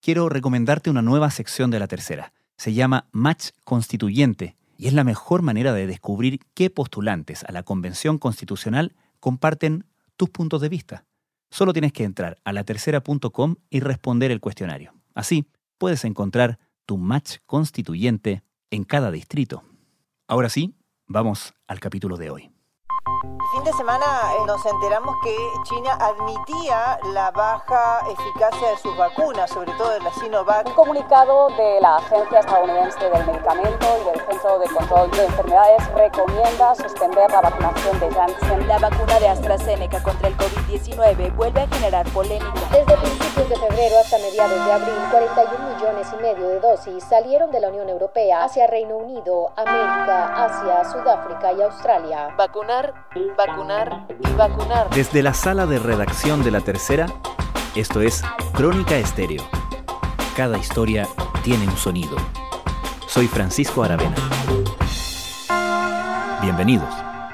quiero recomendarte una nueva sección de La Tercera. Se llama Match Constituyente y es la mejor manera de descubrir qué postulantes a la Convención Constitucional comparten tus puntos de vista. Solo tienes que entrar a latercera.com y responder el cuestionario. Así puedes encontrar tu match constituyente en cada distrito. Ahora sí, vamos al capítulo de hoy. Fin de semana nos enteramos que China admitía la baja eficacia de sus vacunas, sobre todo de la Sinovac. Un comunicado de la Agencia Estadounidense del Medicamento y del Centro de Control de Enfermedades recomienda suspender la vacunación de Janssen. La vacuna de AstraZeneca contra el COVID-19 vuelve a generar polémica. Desde principios de febrero hasta mediados de abril, 41,5 millones de dosis salieron de la Unión Europea hacia Reino Unido, América, Asia, Sudáfrica y Australia. Vacunar, vacunar y vacunar. Desde la sala de redacción de La Tercera, esto es Crónica Estéreo. Cada historia tiene un sonido. Soy Francisco Aravena. Bienvenidos.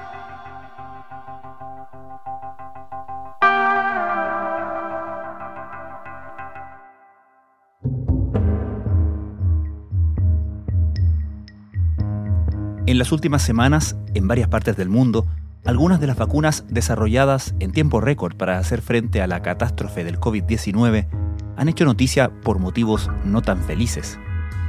En las últimas semanas, en varias partes del mundo, algunas de las vacunas desarrolladas en tiempo récord para hacer frente a la catástrofe del COVID-19 han hecho noticia por motivos no tan felices.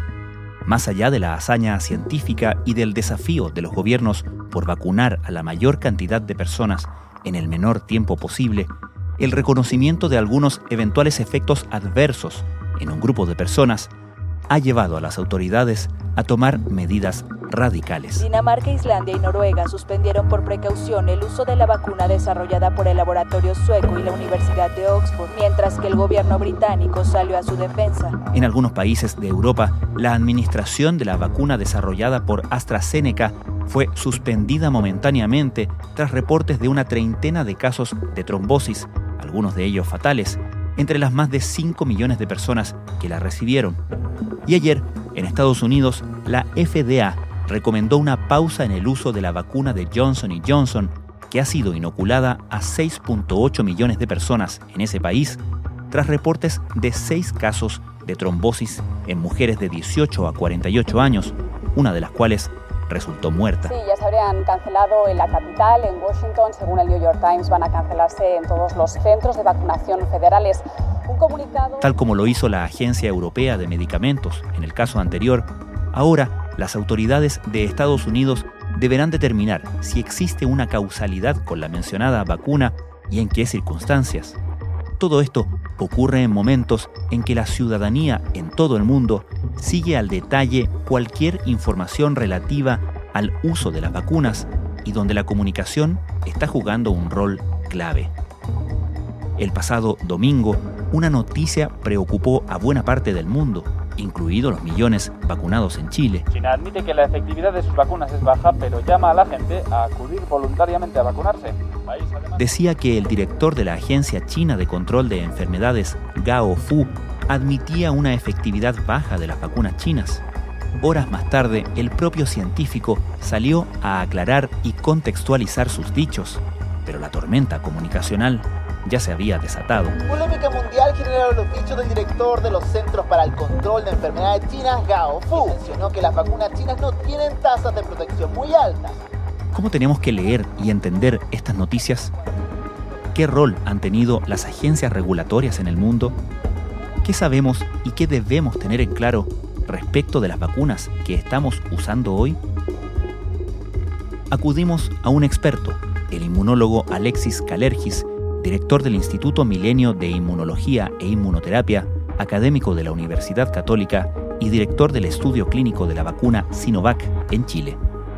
Más allá de la hazaña científica y del desafío de los gobiernos por vacunar a la mayor cantidad de personas en el menor tiempo posible, el reconocimiento de algunos eventuales efectos adversos en un grupo de personas ha llevado a las autoridades a tomar medidas radicales. Dinamarca, Islandia y Noruega suspendieron por precaución el uso de la vacuna desarrollada por el laboratorio sueco y la Universidad de Oxford, mientras que el gobierno británico salió a su defensa. En algunos países de Europa, la administración de la vacuna desarrollada por AstraZeneca fue suspendida momentáneamente tras reportes de una treintena de casos de trombosis, algunos de ellos fatales, entre las más de 5 millones de personas que la recibieron. Y ayer, en Estados Unidos, la FDA recomendó una pausa en el uso de la vacuna de Johnson & Johnson, que ha sido inoculada a 6,8 millones de personas en ese país, tras reportes de 6 casos de trombosis en mujeres de 18 a 48 años, una de las cuales resultó muerta. Sí, ya se habrían cancelado en la capital, en Washington. Según el New York Times, van a cancelarse en todos los centros de vacunación federales. Un comunicado... Tal como lo hizo la Agencia Europea de Medicamentos en el caso anterior, ahora las autoridades de Estados Unidos deberán determinar si existe una causalidad con la mencionada vacuna y en qué circunstancias. Todo esto ocurre en momentos en que la ciudadanía en todo el mundo sigue al detalle cualquier información relativa al uso de las vacunas y donde la comunicación está jugando un rol clave. El pasado domingo, una noticia preocupó a buena parte del mundo, incluidos los millones vacunados en Chile. China admite que la efectividad de sus vacunas es baja, pero llama a la gente a acudir voluntariamente a vacunarse. Decía que el director de la Agencia China de Control de Enfermedades, Gao Fu, admitía una efectividad baja de las vacunas chinas. Horas más tarde, el propio científico salió a aclarar y contextualizar sus dichos, pero la tormenta comunicacional ya se había desatado. Polémica mundial generaron los dichos del director de los Centros para el Control de Enfermedades Chinas, Gao Fu. Mencionó que las vacunas chinas no tienen tasas de protección muy altas. ¿Cómo tenemos que leer y entender estas noticias? ¿Qué rol han tenido las agencias regulatorias en el mundo? ¿Qué sabemos y qué debemos tener en claro respecto de las vacunas que estamos usando hoy? Acudimos a un experto, el inmunólogo Alexis Kalergis, director del Instituto Milenio de Inmunología e Inmunoterapia, académico de la Universidad Católica y director del estudio clínico de la vacuna Sinovac en Chile.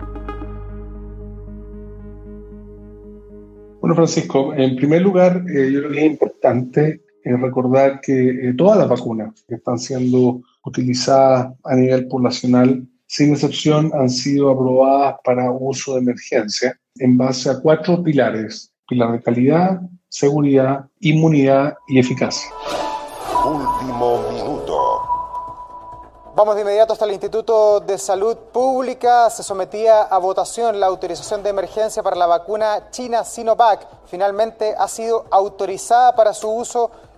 Bueno, Francisco, en primer lugar, yo creo que es importante recordar que todas las vacunas que están siendo utilizadas a nivel poblacional, sin excepción, han sido aprobadas para uso de emergencia en base a 4 pilares: pilar de calidad, seguridad, inmunidad y eficacia. Último minuto. Vamos de inmediato hasta el Instituto de Salud Pública. Se sometía a votación la autorización de emergencia para la vacuna china Sinovac. Finalmente ha sido autorizada para su uso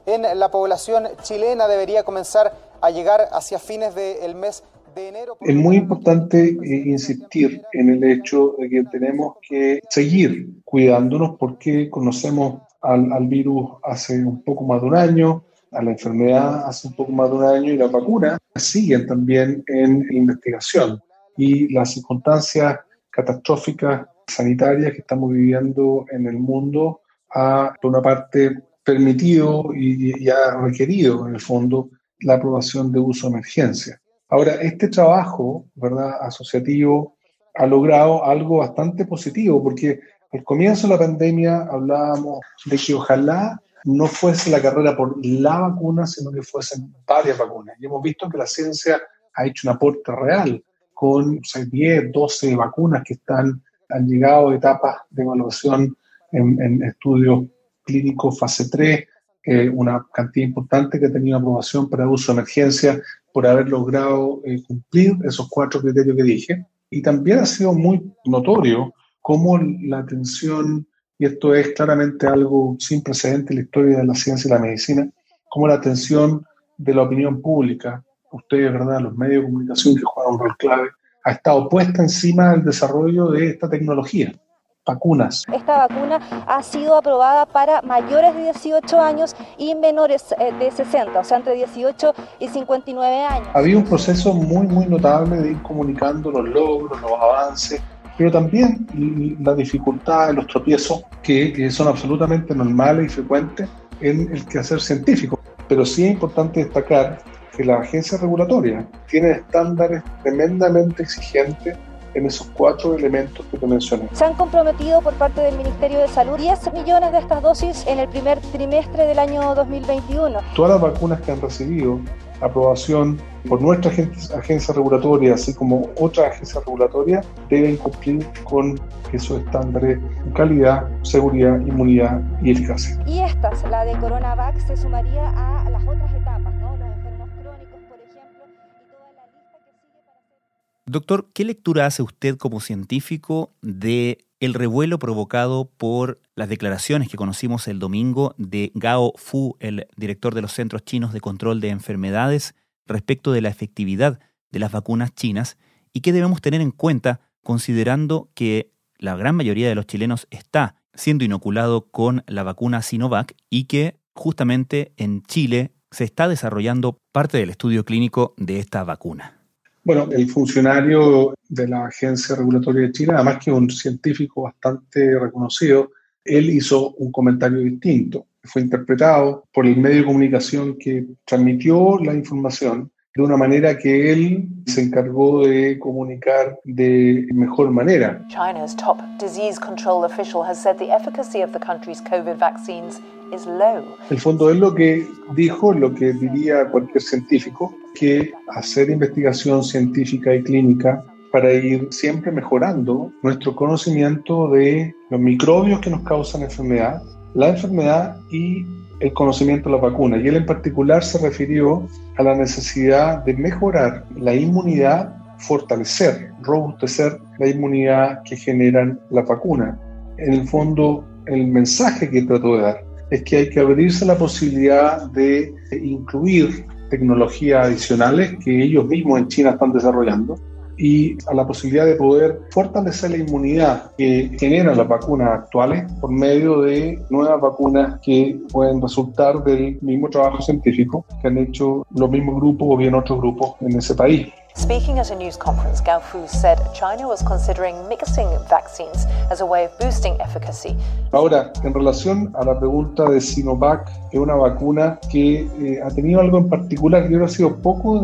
en la población chilena debería comenzar a llegar hacia fines del mes de enero. Es muy importante insistir en el hecho de que tenemos que seguir cuidándonos porque conocemos al virus hace un poco más de un año, a la enfermedad hace un poco más de un año y las vacunas siguen también en investigación. Y las circunstancias catastróficas sanitarias que estamos viviendo en el mundo ha, por una parte, permitido y ha requerido, en el fondo, la aprobación de uso de emergencia. Ahora, este trabajo, ¿verdad?, asociativo ha logrado algo bastante positivo, porque al comienzo de la pandemia hablábamos de que ojalá no fuese la carrera por la vacuna, sino que fuesen varias vacunas. Y hemos visto que la ciencia ha hecho un aporte real con 10, 12 vacunas que han llegado a etapas de evaluación en estudios clínicos fase 3, una cantidad importante que ha tenido aprobación para uso de emergencia por haber logrado cumplir esos 4 criterios que dije. Y también ha sido muy notorio cómo la atención, y esto es claramente algo sin precedente en la historia de la ciencia y la medicina, cómo la atención de la opinión pública, ustedes, ¿verdad?, los medios de comunicación que juegan un rol clave, ha estado puesta encima del desarrollo de esta tecnología. Vacunas. Esta vacuna ha sido aprobada para mayores de 18 años y menores de 60, o sea, entre 18 y 59 años. Había un proceso muy, muy notable de ir comunicando los logros, los avances, pero también las dificultades, los tropiezos que son absolutamente normales y frecuentes en el quehacer científico. Pero sí es importante destacar que las agencias regulatorias tienen estándares tremendamente exigentes en esos 4 elementos que te mencioné. Se han comprometido por parte del Ministerio de Salud 10 millones de estas dosis en el primer trimestre del año 2021. Todas las vacunas que han recibido aprobación por nuestra agencia regulatoria, así como otras agencias regulatorias, deben cumplir con esos estándares de calidad, seguridad, inmunidad y eficacia. Y esta, la de CoronaVac, se sumaría a las otras etapas, ¿no? Los enfermos crónicos, por ejemplo, y toda la lista que sigue para hacer... Doctor, ¿qué lectura hace usted como científico de el revuelo provocado por las declaraciones que conocimos el domingo de Gao Fu, el director de los Centros Chinos de Control de Enfermedades, respecto de la efectividad de las vacunas chinas y qué debemos tener en cuenta considerando que la gran mayoría de los chilenos está siendo inoculado con la vacuna Sinovac y que justamente en Chile se está desarrollando parte del estudio clínico de esta vacuna? Bueno, el funcionario de la Agencia Regulatoria de Chile, además que un científico bastante reconocido, él hizo un comentario distinto. Fue interpretado por el medio de comunicación que transmitió la información de una manera que él se encargó de comunicar de mejor manera. China's top disease control official has said the efficacy of the country's COVID vaccines is low. El fondo es lo que dijo, lo que diría cualquier científico, que hacer investigación científica y clínica para ir siempre mejorando nuestro conocimiento de los microbios que nos causan enfermedad, la enfermedad y el conocimiento de la vacuna. Y él en particular se refirió a la necesidad de mejorar la inmunidad, fortalecer, robustecer la inmunidad que generan las vacunas. En el fondo, el mensaje que trató de dar es que hay que abrirse la posibilidad de incluir tecnologías adicionales que ellos mismos en China están desarrollando y a la posibilidad de poder fortalecer la inmunidad que generan las vacunas actuales por medio de nuevas vacunas que pueden resultar del mismo trabajo científico que han hecho los mismos grupos o bien otros grupos en ese país. Speaking at a news conference, Gao Fu said China was considering mixing vaccines as a way of boosting efficacy. Ahora, en relación a la pregunta de Sinovac, es una vacuna que ha tenido algo en particular que ha sido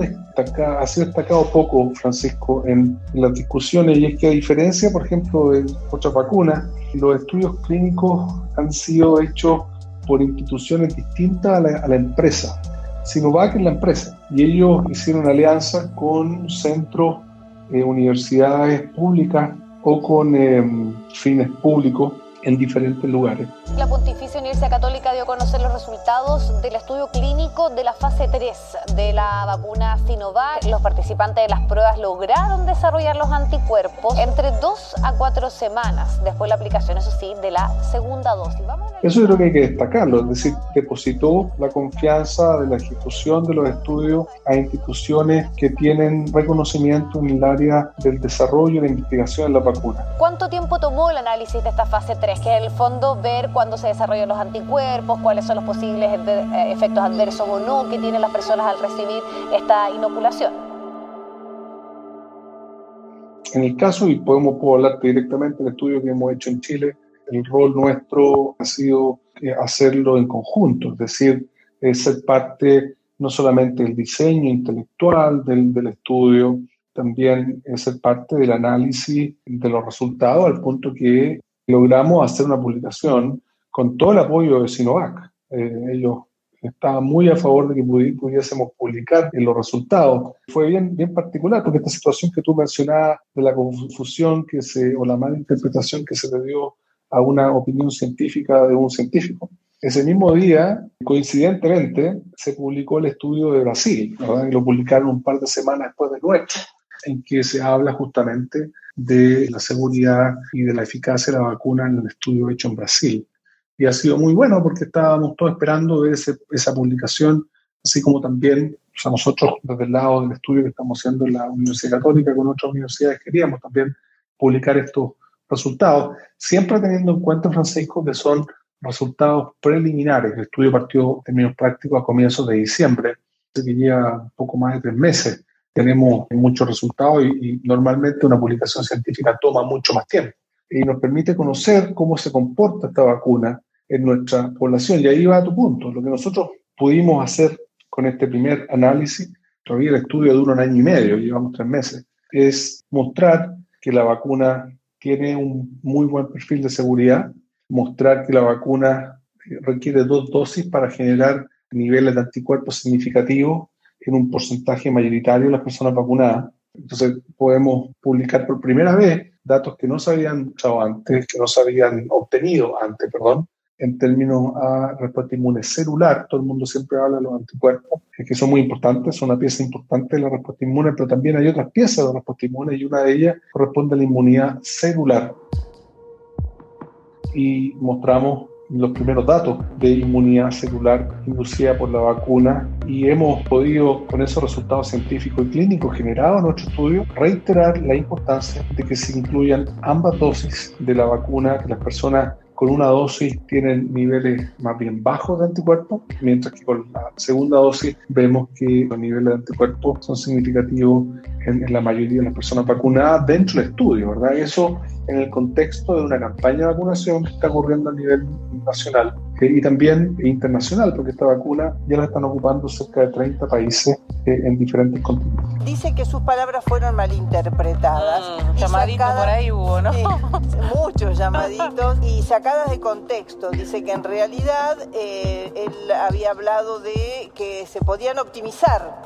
destacado poco, Francisco, en las discusiones, y es que a diferencia, por ejemplo, de otras vacunas, los estudios clínicos han sido hechos por instituciones distintas a la empresa. Sinovac es la empresa y ellos hicieron alianzas con centros, universidades públicas o con fines públicos en diferentes lugares. La Pontificia Universidad Católica dio a conocer los resultados del estudio clínico de la fase 3 de la vacuna Sinovac. Los participantes de las pruebas lograron desarrollar los anticuerpos entre 2 a 4 semanas después de la aplicación, eso sí, de la segunda dosis. Eso yo creo que hay que destacarlo, es decir, depositó la confianza de la ejecución de los estudios a instituciones que tienen reconocimiento en el área del desarrollo y la investigación de la vacuna. ¿Cuánto tiempo tomó el análisis de esta fase 3? Que en el fondo ver cuándo se desarrollan los anticuerpos, cuáles son los posibles efectos adversos o no que tienen las personas al recibir esta inoculación. En el caso, y puedo hablar directamente del estudio que hemos hecho en Chile, el rol nuestro ha sido hacerlo en conjunto, es decir, ser parte no solamente del diseño intelectual del estudio, también ser parte del análisis de los resultados, al punto que logramos hacer una publicación con todo el apoyo de Sinovac. Ellos estaban muy a favor de que pudiésemos publicar los resultados. Fue bien particular, porque esta situación que tú mencionabas de la confusión o la mala interpretación que se le dio a una opinión científica de un científico. Ese mismo día, coincidentemente, se publicó el estudio de Brasil, ¿verdad? Y lo publicaron un par de semanas después de nuestro, en que se habla justamente de la seguridad y de la eficacia de la vacuna en el estudio hecho en Brasil. Y ha sido muy bueno porque estábamos todos esperando ver esa publicación, así como también, o sea, nosotros desde el lado del estudio que estamos haciendo en la Universidad Católica con otras universidades queríamos también publicar estos resultados, siempre teniendo en cuenta, Francisco, que son resultados preliminares. El estudio partió en términos prácticos a comienzos de diciembre, que lleva un poco más de 3 meses. Tenemos muchos resultados y normalmente una publicación científica toma mucho más tiempo y nos permite conocer cómo se comporta esta vacuna en nuestra población. Y ahí va a tu punto. Lo que nosotros pudimos hacer con este primer análisis, todavía el estudio dura 1 año y medio, llevamos 3 meses, es mostrar que la vacuna tiene un muy buen perfil de seguridad, mostrar que la vacuna requiere 2 dosis para generar niveles de anticuerpos significativos en un porcentaje mayoritario de las personas vacunadas. Entonces podemos publicar por primera vez datos que no se habían usado antes, que no se habían obtenido antes, en términos a respuesta inmune celular. Todo el mundo siempre habla de los anticuerpos, que son muy importantes, son una pieza importante de la respuesta inmune, pero también hay otras piezas de la respuesta inmune y una de ellas corresponde a la inmunidad celular. Y mostramos los primeros datos de inmunidad celular inducida por la vacuna y hemos podido, con esos resultados científicos y clínicos generados en nuestro estudio, reiterar la importancia de que se incluyan ambas dosis de la vacuna, que las personas con una dosis tienen niveles más bien bajos de anticuerpos, mientras que con la segunda dosis vemos que los niveles de anticuerpos son significativos en la mayoría de las personas vacunadas dentro del estudio, ¿verdad? Eso en el contexto de una campaña de vacunación que está ocurriendo a nivel nacional y también internacional, porque esta vacuna ya la están ocupando cerca de 30 países en diferentes continentes. Dice que sus palabras fueron malinterpretadas. Llamaditos por ahí hubo, ¿no? Muchos llamaditos y sacadas de contexto. Dice que en realidad él había hablado de que se podían optimizar.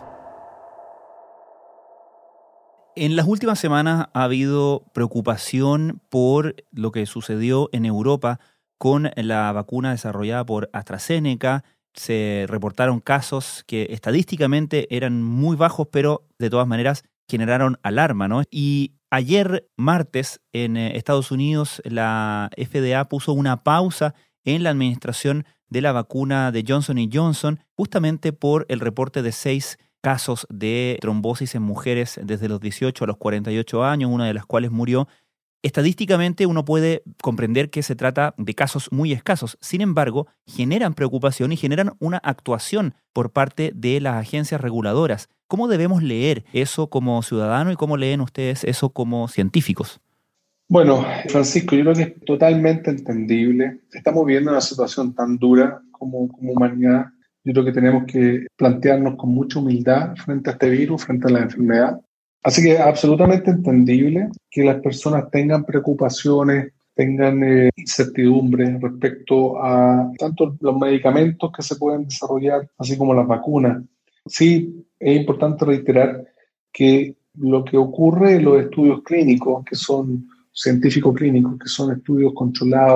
En las últimas semanas ha habido preocupación por lo que sucedió en Europa con la vacuna desarrollada por AstraZeneca. Se reportaron casos que estadísticamente eran muy bajos, pero de todas maneras generaron alarma, ¿no? Y ayer, martes, en Estados Unidos, la FDA puso una pausa en la administración de la vacuna de Johnson & Johnson, justamente por el reporte de 6 casos de trombosis en mujeres desde los 18 a los 48 años, una de las cuales murió. Estadísticamente uno puede comprender que se trata de casos muy escasos. Sin embargo, generan preocupación y generan una actuación por parte de las agencias reguladoras. ¿Cómo debemos leer eso como ciudadano y cómo leen ustedes eso como científicos? Bueno, Francisco, yo creo que es totalmente entendible. Estamos viviendo una situación tan dura como humanidad. Yo creo que tenemos que plantearnos con mucha humildad frente a este virus, frente a la enfermedad. Así que es absolutamente entendible que las personas tengan preocupaciones, tengan incertidumbre respecto a tanto los medicamentos que se pueden desarrollar, así como las vacunas. Sí, es importante reiterar que lo que ocurre en los estudios clínicos, que son científicos clínicos, que son estudios controlados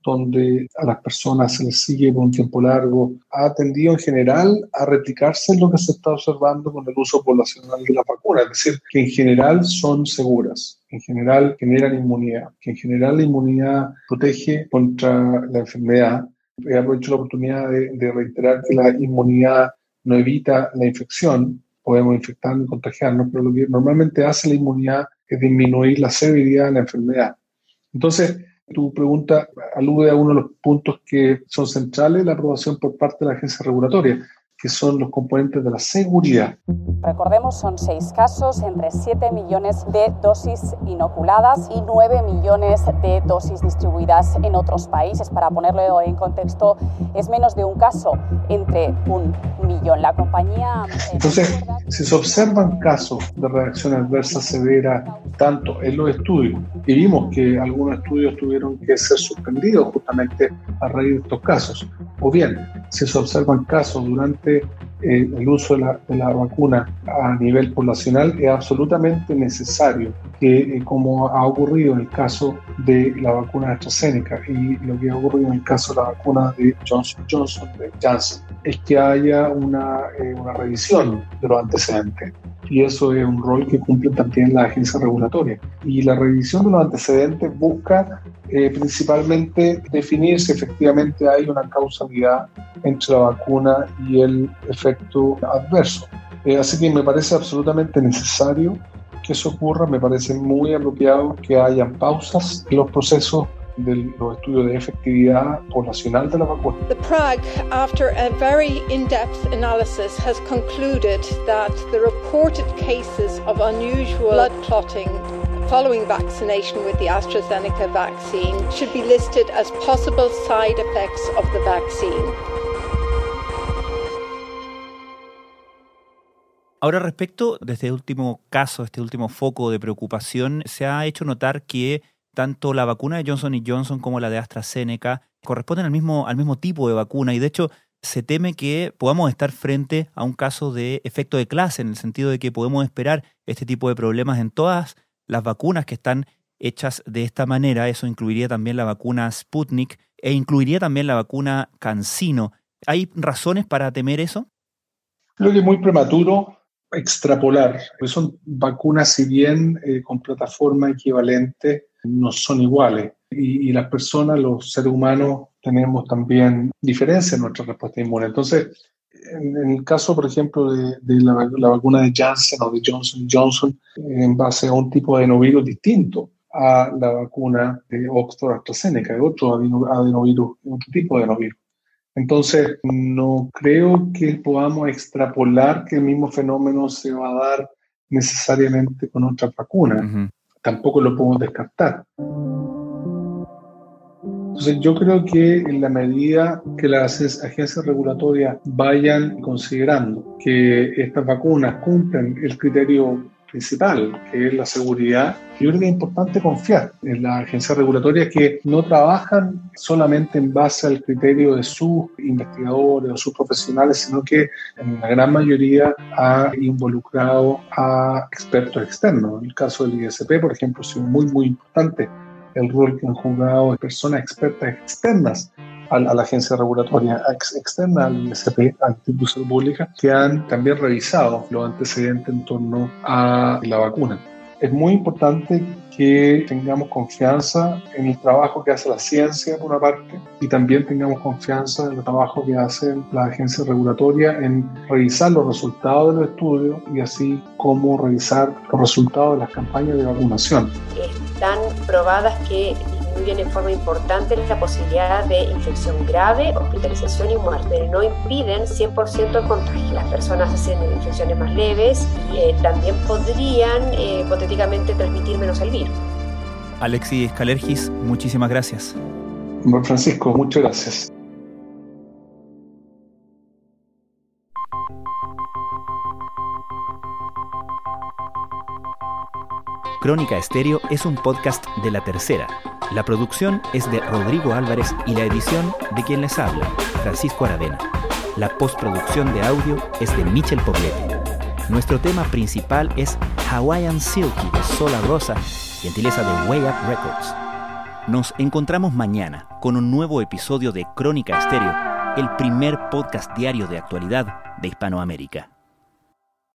donde a las personas se les sigue por un tiempo largo, ha tendido en general a replicarse lo que se está observando con el uso poblacional de la vacuna, es decir, que en general son seguras, en general generan inmunidad, que en general la inmunidad protege contra la enfermedad. Aprovecho la oportunidad de reiterar que la inmunidad no evita la infección, podemos infectarnos y contagiarnos, pero lo que normalmente hace la inmunidad es disminuir la severidad de la enfermedad. Entonces, tu pregunta alude a uno de los puntos que son centrales de la aprobación por parte de la agencia regulatoria, que son los componentes de la seguridad. Recordemos, son 6 casos, entre 7 millones de dosis inoculadas y 9 millones de dosis distribuidas en otros países. Para ponerlo en contexto, es menos de un caso entre 1 millón. La compañía... Entonces, si se observan casos de reacción adversa severa, tanto en los estudios, y vimos que algunos estudios tuvieron que ser suspendidos justamente a raíz de estos casos, o bien, si se observan casos durante el uso de la vacuna a nivel poblacional, es absolutamente necesario que, como ha ocurrido en el caso de la vacuna de AstraZeneca y lo que ha ocurrido en el caso de la vacuna de Johnson & Johnson, de Janssen, es que haya una revisión de los antecedentes. Y eso es un rol que cumple también la agencia regulatoria. Y la revisión de los antecedentes busca principalmente definir si efectivamente hay una causalidad entre la vacuna y el efecto adverso. Así que me parece absolutamente necesario que eso ocurra, me parece muy apropiado que hayan pausas en los procesos de los estudios de efectividad poblacional de la vacuna. The Prague, after a very in-depth analysis, has concluded that the reported cases of unusual blood clotting following vaccination with the AstraZeneca vaccine should be listed as possible side effects of the vaccine. Ahora, respecto de este último caso, este último foco de preocupación, se ha hecho notar que tanto la vacuna de Johnson & Johnson como la de AstraZeneca corresponden al mismo tipo de vacuna y de hecho se teme que podamos estar frente a un caso de efecto de clase en el sentido de que podemos esperar este tipo de problemas en todas las vacunas que están hechas de esta manera. Eso incluiría también la vacuna Sputnik e incluiría también la vacuna CanSino. ¿Hay razones para temer eso? Creo que es muy prematuro extrapolar. Son vacunas, si bien con plataforma equivalente, no son iguales. Y las personas, los seres humanos, tenemos también diferencias en nuestra respuesta inmune. Entonces, en el caso, por ejemplo, de la vacuna de Janssen o de Johnson & Johnson, en base a un tipo de adenovirus distinto a la vacuna de Oxford AstraZeneca, de otro adenovirus, otro tipo de adenovirus. Entonces, no creo que podamos extrapolar que el mismo fenómeno se va a dar necesariamente con otras vacunas. Uh-huh. Tampoco lo podemos descartar. Entonces, yo creo que en la medida que las agencias regulatorias vayan considerando que estas vacunas cumplen el criterio principal, que es la seguridad, yo creo que es importante confiar en las agencias regulatorias que no trabajan solamente en base al criterio de sus investigadores o sus profesionales, sino que en la gran mayoría ha involucrado a expertos externos. En el caso del ISP, por ejemplo, ha sido muy, muy importante el rol que han jugado personas expertas externas a la agencia regulatoria, externa al ISP, a la institución pública, que han también revisado los antecedentes en torno a la vacuna. Es muy importante que tengamos confianza en el trabajo que hace la ciencia, por una parte, y también tengamos confianza en el trabajo que hace la agencia regulatoria en revisar los resultados de los estudios y así como revisar los resultados de las campañas de vacunación. Están probadas que disminuyen en forma importante la posibilidad de infección grave, hospitalización y muerte, pero no impiden 100% el contagio. Las personas hacen infecciones más leves y también podrían hipotéticamente transmitir menos el virus. Alexis Kalergis, muchísimas gracias. Francisco, muchas gracias. Crónica Estéreo es un podcast de La Tercera. La producción es de Rodrigo Álvarez y la edición de quien les habla, Francisco Aravena. La postproducción de audio es de Michel Poblete. Nuestro tema principal es Hawaiian Silky de Sola Rosa, gentileza de Way Up Records. Nos encontramos mañana con un nuevo episodio de Crónica Estéreo, el primer podcast diario de actualidad de Hispanoamérica.